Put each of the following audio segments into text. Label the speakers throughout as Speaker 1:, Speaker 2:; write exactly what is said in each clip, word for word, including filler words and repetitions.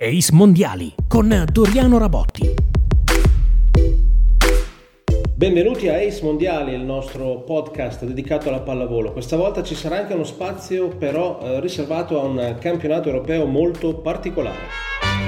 Speaker 1: Ace Mondiali con Doriano Rabotti.
Speaker 2: Benvenuti a Ace Mondiali, il nostro podcast dedicato alla pallavolo. Questa volta ci sarà anche uno spazio però eh, riservato a un campionato europeo molto particolare.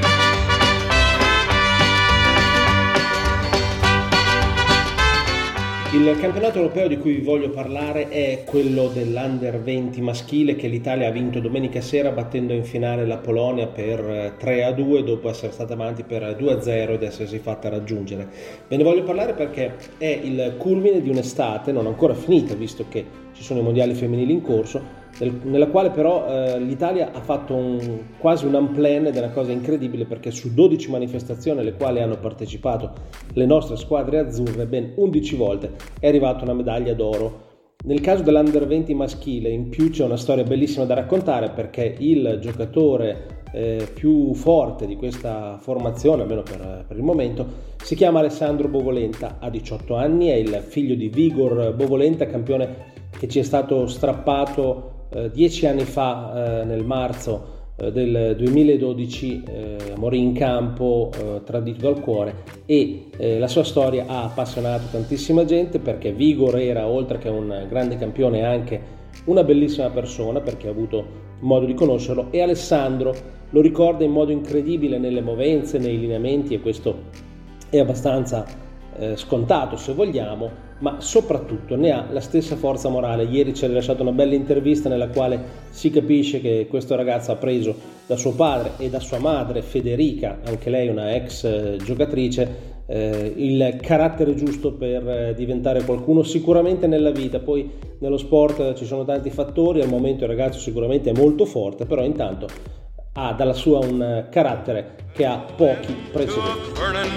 Speaker 2: Il campionato europeo di cui vi voglio parlare è quello dell'Under venti maschile che l'Italia ha vinto domenica sera battendo in finale la Polonia per tre a due dopo essere stata avanti per due a zero ed essersi fatta raggiungere. Ve ne voglio parlare perché è il culmine di un'estate non ancora finita, visto che ci sono i mondiali femminili in corso, nella quale però eh, l'Italia ha fatto un, quasi un unplan ed è una cosa incredibile perché su dodici manifestazioni alle quali hanno partecipato le nostre squadre azzurre ben undici volte è arrivata una medaglia d'oro. Nel caso dell'Under venti maschile in più c'è una storia bellissima da raccontare perché il giocatore eh, più forte di questa formazione, almeno per, per il momento, si chiama Alessandro Bovolenta, ha diciotto anni, è il figlio di Vigor Bovolenta, campione che ci è stato strappato eh, dieci anni fa eh, nel marzo eh, del duemiladodici, eh, morì in campo eh, tradito dal cuore e eh, la sua storia ha appassionato tantissima gente perché Vigor era, oltre che un grande campione, anche una bellissima persona perché ho avuto modo di conoscerlo, e Alessandro lo ricorda in modo incredibile nelle movenze, nei lineamenti, e questo è abbastanza eh, scontato se vogliamo, ma soprattutto ne ha la stessa forza morale. Ieri ci ha rilasciato una bella intervista nella quale si capisce che questo ragazzo ha preso da suo padre e da sua madre Federica, anche lei una ex eh, giocatrice, eh, il carattere giusto per eh, diventare qualcuno sicuramente nella vita. Poi nello sport eh, ci sono tanti fattori, al momento il ragazzo sicuramente è molto forte, però intanto ha dalla sua un uh, carattere che ha pochi precedenti.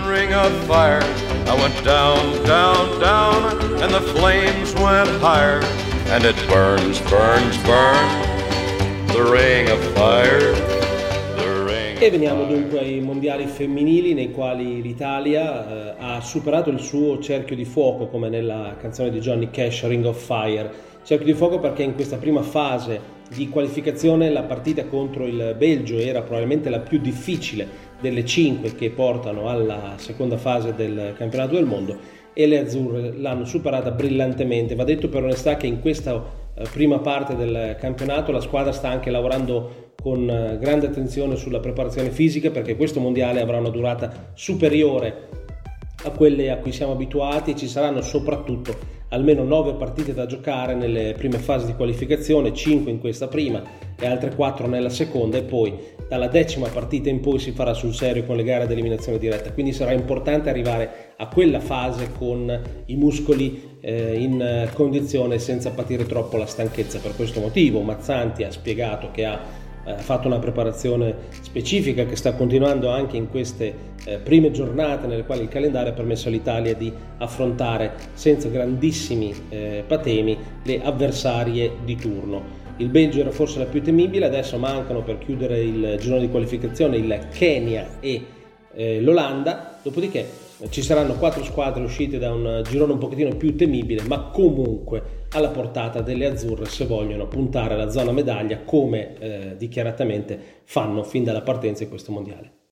Speaker 2: E veniamo dunque ai mondiali femminili nei quali l'Italia eh, ha superato il suo cerchio di fuoco, come nella canzone di Johnny Cash, Ring of Fire. Cerchio di fuoco perché in questa prima fase di qualificazione la partita contro il Belgio era probabilmente la più difficile delle cinque che portano alla seconda fase del campionato del mondo e le azzurre l'hanno superata brillantemente. Va detto per onestà che in questa eh, prima parte del campionato la squadra sta anche lavorando con eh, grande attenzione sulla preparazione fisica perché questo mondiale avrà una durata superiore a quelle a cui siamo abituati e ci saranno soprattutto almeno nove partite da giocare nelle prime fasi di qualificazione, cinque in questa prima e altre quattro nella seconda, e poi dalla decima partita in poi si farà sul serio con le gare ad eliminazione diretta, quindi sarà importante arrivare a quella fase con i muscoli eh, in condizione senza patire troppo la stanchezza. Per questo motivo Mazzanti ha spiegato che ha ha fatto una preparazione specifica che sta continuando anche in queste eh, prime giornate nelle quali il calendario ha permesso all'Italia di affrontare senza grandissimi eh, patemi le avversarie di turno. Il Belgio era forse la più temibile, adesso mancano per chiudere il girone di qualificazione il Kenya e eh, l'Olanda, dopodiché ci saranno quattro squadre uscite da un girone un pochettino più temibile, ma comunque alla portata delle azzurre se vogliono puntare alla zona medaglia come eh, dichiaratamente fanno fin dalla partenza di questo mondiale.